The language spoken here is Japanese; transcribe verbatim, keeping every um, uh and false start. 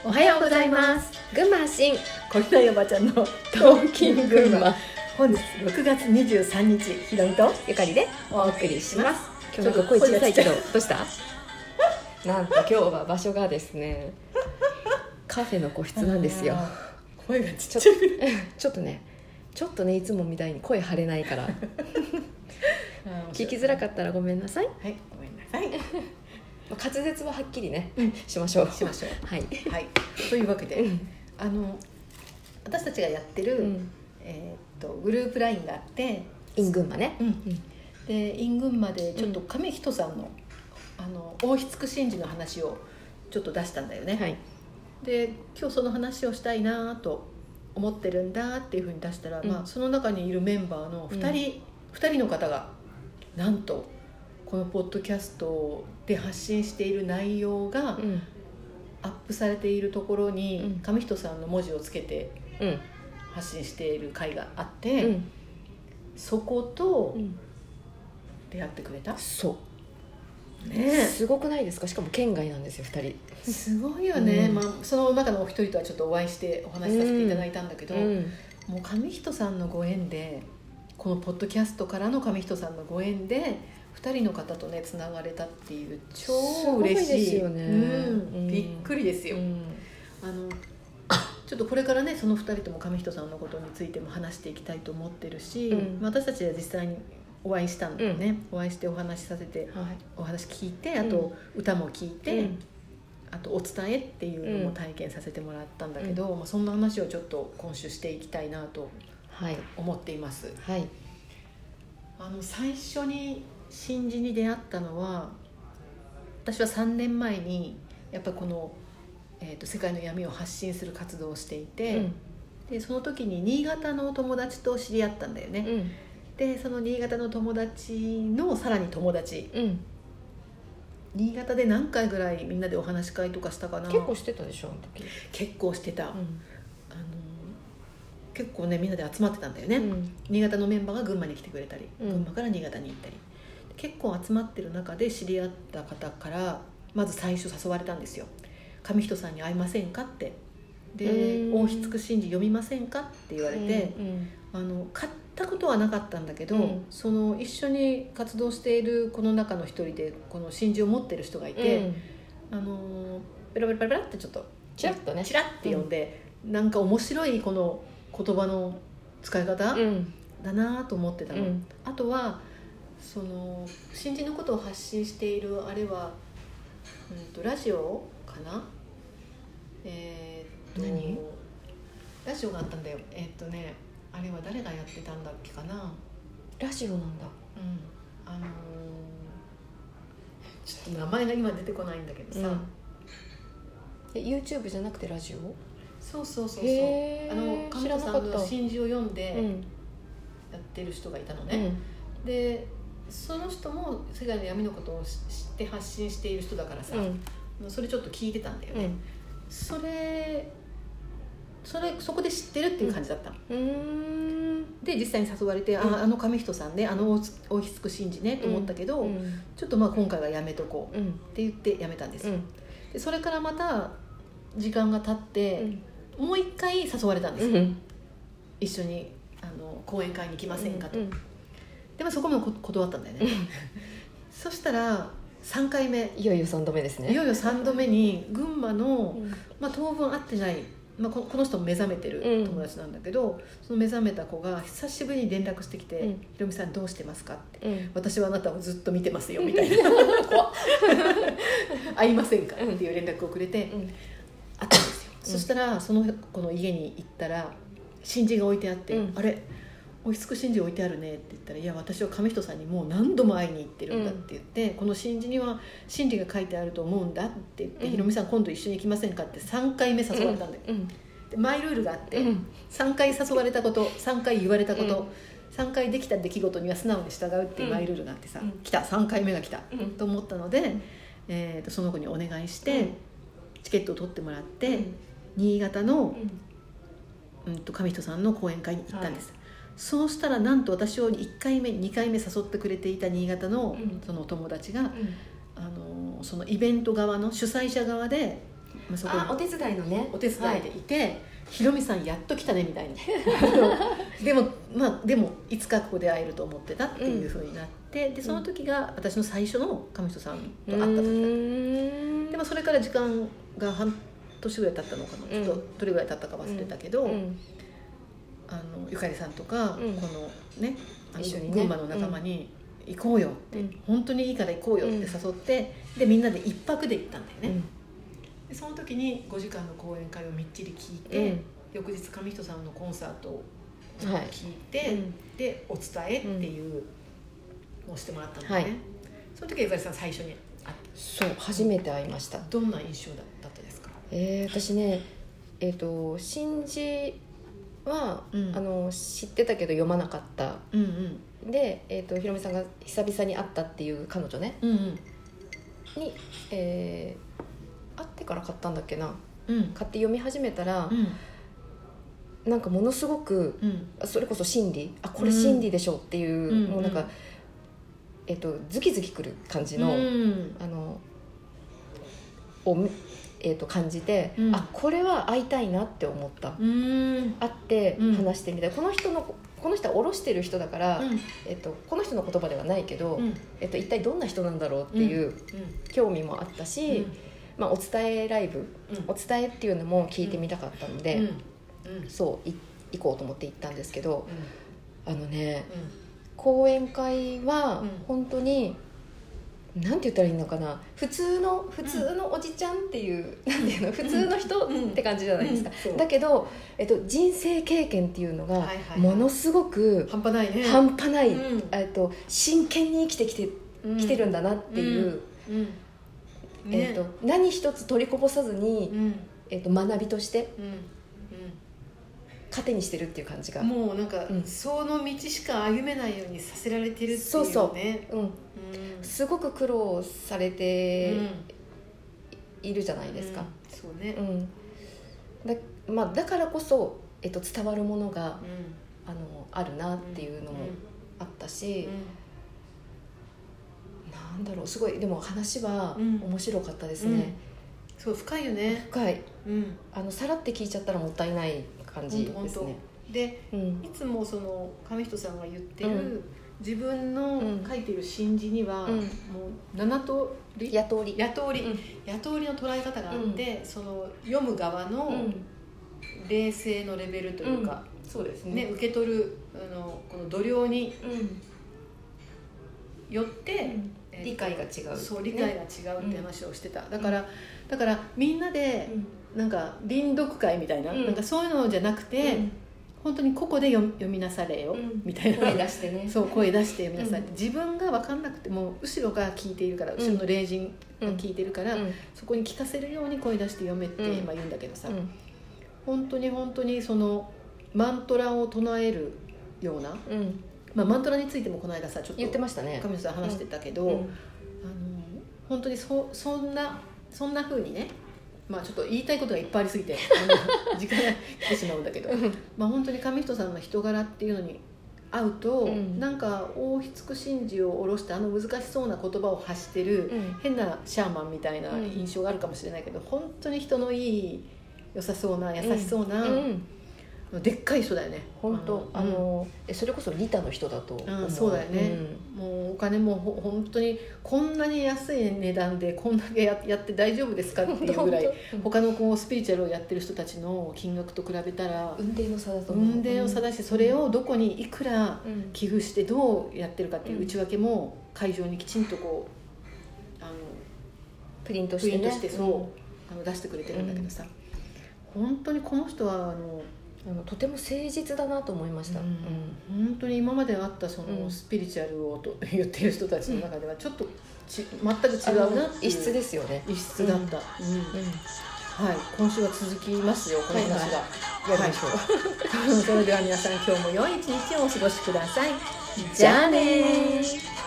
おはようございます。 群馬発信こりないおばちゃんのトーキング群馬。本日ろくがつにじゅうさんにち、ひろみとゆかりでお送りします。 今日なんか声小さいけどどうしたなんと今日は場所がですねカフェの個室なんですよ。 声がちっちゃいちょっとねちょっとねいつもみたいに声張れないから聞きづらかったらごめんなさい。 はい、ごめんなさい。 滑舌ははっきりね、 うん、 しましょうしましょうはい、 はい、というわけで、 うん、 あの私たちがやってる、うんえー、っとグループラインがあってイン群馬ね、 うん、でイン群馬でちょっと上人さんの、うん、あの大津神事の話をちょっと出したんだよね、はい、で今日その話をしたいなと思ってるんだっていうふうに出したら、うんまあ、その中にいるメンバーのふたり、うん、ふたりの方がなんとこのポッドキャストで発信している内容がアップされているところに上人さんの文字をつけて発信している回があって、うん、そこと出会ってくれた、うん、 そうね、すごくないですか。しかも県外なんですよふたり。 すごいよね、うんまあ、その中のお一人とはちょっとお会いしてお話しさせていただいたんだけど、うん、もう上人さんのご縁でこのポッドキャストからの上人さんのご縁でふたりの方とねつながれたっていう超嬉しいですよね、 うん、びっくりですよ、うん、あのちょっとこれからねそのふたりとも上人さんのことについても話していきたいと思ってるし、うん、私たちは実際にお会いしたんだよね、うん、お会いしてお話しさせて、はい、お話聞いてあと歌も聞いて、うん、あとお伝えっていうのも体験させてもらったんだけど、うんまあ、そんな話をちょっと今週していきたいなと思っています、はいはい、あの最初に神事に出会ったのは私はさんねんまえにやっぱりこの、えーと、世界の闇を発信する活動をしていて、うん、でその時に新潟の友達と知り合ったんだよね、うん、でその新潟の友達のさらに友達、うん、新潟で何回ぐらいみんなでお話し会とかしたかな。 結構してたでしょあの時。 結構してた、うん、あの結構ねみんなで集まってたんだよね、うん、新潟のメンバーが群馬に来てくれたり、うん、群馬から新潟に行ったり結構集まってる中で知り合った方からまず最初誘われたんですよ。上人さんに会いませんかってで大津神事読みませんかって言われて、うんうん、あの買ったことはなかったんだけど、うん、その一緒に活動しているこの中の一人でこの神事を持ってる人がいて、うん、あのペラペラペラってちょっとチラッとねチラッって呼んで、うん、なんか面白いこの言葉の使い方、うん、だなと思ってたの、うん、あとはその神事のことを発信しているあれは、うん、とラジオかな、えー、っと何ラジオがあったんだよ。えー、っとねあれは誰がやってたんだっけかな。 ラジオなんだ。 うんあのー、ちょっと名前が今出てこないんだけどさ、 うん、YouTube じゃなくてラジオ。 そうそうそうそう。あの上人さんの神事を読んでやってる人がいたのね、うん、でその人も世界の闇のことを知って発信している人だからさ、うん、それちょっと聞いてたんだよね、うん、それそれそこで知ってるっていう感じだった、うん、で実際に誘われて、うん、あ, あの上人さんねあの大津神事ねと思ったけど、うん、ちょっとまあ今回はやめとこうって言ってやめたんですよ、うん、でそれからまた時間が経って、うん、もう一回誘われたんですよ、うん、一緒にあの講演会に行きませんかと、うんうんでもそこも断ったんだよねそしたらさんかいめいよいよさんどめですね。 いよいよさんどめに群馬の、うんまあ、当分会ってない、まあ、こ, この人も目覚めてる友達なんだけど、うん、その目覚めた子が久しぶりに連絡してきて、うん、ひろみさんどうしてますかって、うん、私はあなたをずっと見てますよみたいな怖っ会いませんかっていう連絡をくれて、うん、会ったんですよ、うん、そしたらその子の家に行ったら神事が置いてあって、うん、あれおひつく神事置いてあるねって言ったらいや私は上人さんにもう何度も会いに行ってるんだって言って、うん、この神事には真理が書いてあると思うんだって言って、うん、ひろみさん今度一緒に行きませんかってさんかいめ誘われたんだよ、うん、でマイルールがあって、うん、さんかい誘われたことさんかい言われたこと、うん、さんかいできた出来事には素直に従うっていうマイルールがあってさ、うん、来たさんかいめが来た、うん、と思ったので、うんえー、とその子にお願いして、うん、チケットを取ってもらって、うん、新潟の、うんうん、と上人さんの講演会に行ったんです、はいそうしたらなんと私をいっかいめにかいめ誘ってくれていた新潟のそのお友達が、うん、あのそのイベント側の主催者側でまあ、そこにあお手伝いのねお手伝いでいて、はい、ひろみさんやっと来たねみたいなでもまあでもいつかここで会えると思ってたっていうふうになって、うん、でその時が私の最初の神人さんと会った時だった。でもそれから時間が半年ぐらい経ったのかな、うん、ちょっとどれぐらい経ったか忘れたけど、うん、あのゆかりさんとか、うん、このねあの一緒にね群馬の仲間に行こうよって、うん、本当にいいから行こうよって誘って、うん、でみんなで一泊で行ったんだよね、うん、でその時にごじかんの講演会をみっちり聞いて、うん、翌日上人さんのコンサートを聞いて、はい、でお伝えっていうのをしてもらったんだよね、はい、その時はゆかりさん最初に会ってそう初めて会いました。 どんな印象だったですか？ えー、私ねえっ、ー、と信じは、うん、あの知ってたけど読まなかった、うんうん、で、えーと、ひろみさんが久々に会ったっていう彼女ね、うんうん、に、えー、会ってから買ったんだっけな、うん、買って読み始めたら、うん、なんかものすごく、うん、それこそ真理あこれ真理でしょっていう、うん、もうなんか、うんえーと、ズキズキくる感じの、うん、あのをえー、と感じて、うん、あこれは会いたいなって思った。うん会って話してみたい、うん、この人のこの人は下ろしてる人だから、うんえー、とこの人の言葉ではないけど、うんえー、と一体どんな人なんだろうっていう興味もあったし、うんまあ、お伝えライブ、うん、お伝えっていうのも聞いてみたかったので、うんうん、そうい行こうと思って行ったんですけど、うん、あのね、うん、講演会は本当になんて言ったらいいのかな普通の普通のおじちゃんっていう、うん、なんていうの普通の人って感じじゃないですか、うんうん、だけど、えっと、人生経験っていうのがものすごく半端ないね半端ない、うんえっと、真剣に生きてきて、うん、きてるんだなっていう、うんうんねえっと、何一つ取りこぼさずに、うんえっと、学びとして、うんうん、糧にしてるっていう感じがもうなんか、うん、その道しか歩めないようにさせられてるっていうねそうそう、うんうん、すごく苦労されているじゃないですか、うん、 そうね、 うんだまあ、だからこそ、えっと、伝わるものが、うん、あのあるなっていうのもあったし、うん、なんだろうすごいでも話は面白かったですね、うん、 そう深いよね深い、うん、あのさらって聞いちゃったらもったいない感じですね。 で、うん、いつもその上人さんが言ってる、うん、自分の書いている真字には、うん、もうなな通りや通りや通り、うん、や通りの捉え方があって、うん、その読む側の冷静のレベルというか、 うん、そうですね、 ね受け取るあのこの度量によって、 うん、理解が違う、 そう理解が違うって話をしてた、だからだからみんなで、なんか臨読会みたいな、うん、なんかそういうのじゃなくて、うん、本当にここで 読, 読みなされよ、うん、みたいな声出してねそう声出して読みなさい、うん、自分が分かんなくても後ろが聞いているから後ろの霊人が聞いてるから、うん、そこに聞かせるように声出して読めって今言うんだけどさ、うん、本当に本当にそのマントラを唱えるような、うんまあ、マントラについてもこの間さちょっと言ってましたね神野さん話してたけど、うんうん、あの本当に そ, そんなそんな風にねまあ、ちょっと言いたいことがいっぱいありすぎて時間が来てしまうんだけどまあ本当に上人さんの人柄っていうのに会うと、うん、なんか大筆真字を下ろしてあの難しそうな言葉を発してる、うん、変なシャーマンみたいな印象があるかもしれないけど、うん、本当に人のいい良さそうな優しそうな、うんうんでっかい人だよね本当あの、あのうん、それこそ利他の人だと思う、 うん、そうだよね、うん、もうお金もほ本当にこんなに安い値段でこんだけ や, やって大丈夫ですかっていうぐらい他のこうスピリチュアルをやってる人たちの金額と比べたら雲泥の差だと思う雲泥の差だしそれをどこにいくら寄付してどうやってるかっていう内訳も会場にきちんとこうあのプリントして、ね、 プリントしてそう、うん、あの出してくれてるんだけどさ、うん、本当にこの人はあのあのとても誠実だなと思いました、うんうん、本当に今まであったそのスピリチュアルをと言ってる人たちの中ではちょっとち全く違うなっていう異質ですよね異質だった、うんうんうん、はい今週は続きますよこの話が、はいはい、やりましょう、 はい、それでは皆さん今日も良い一日をお過ごしください。じゃあねー。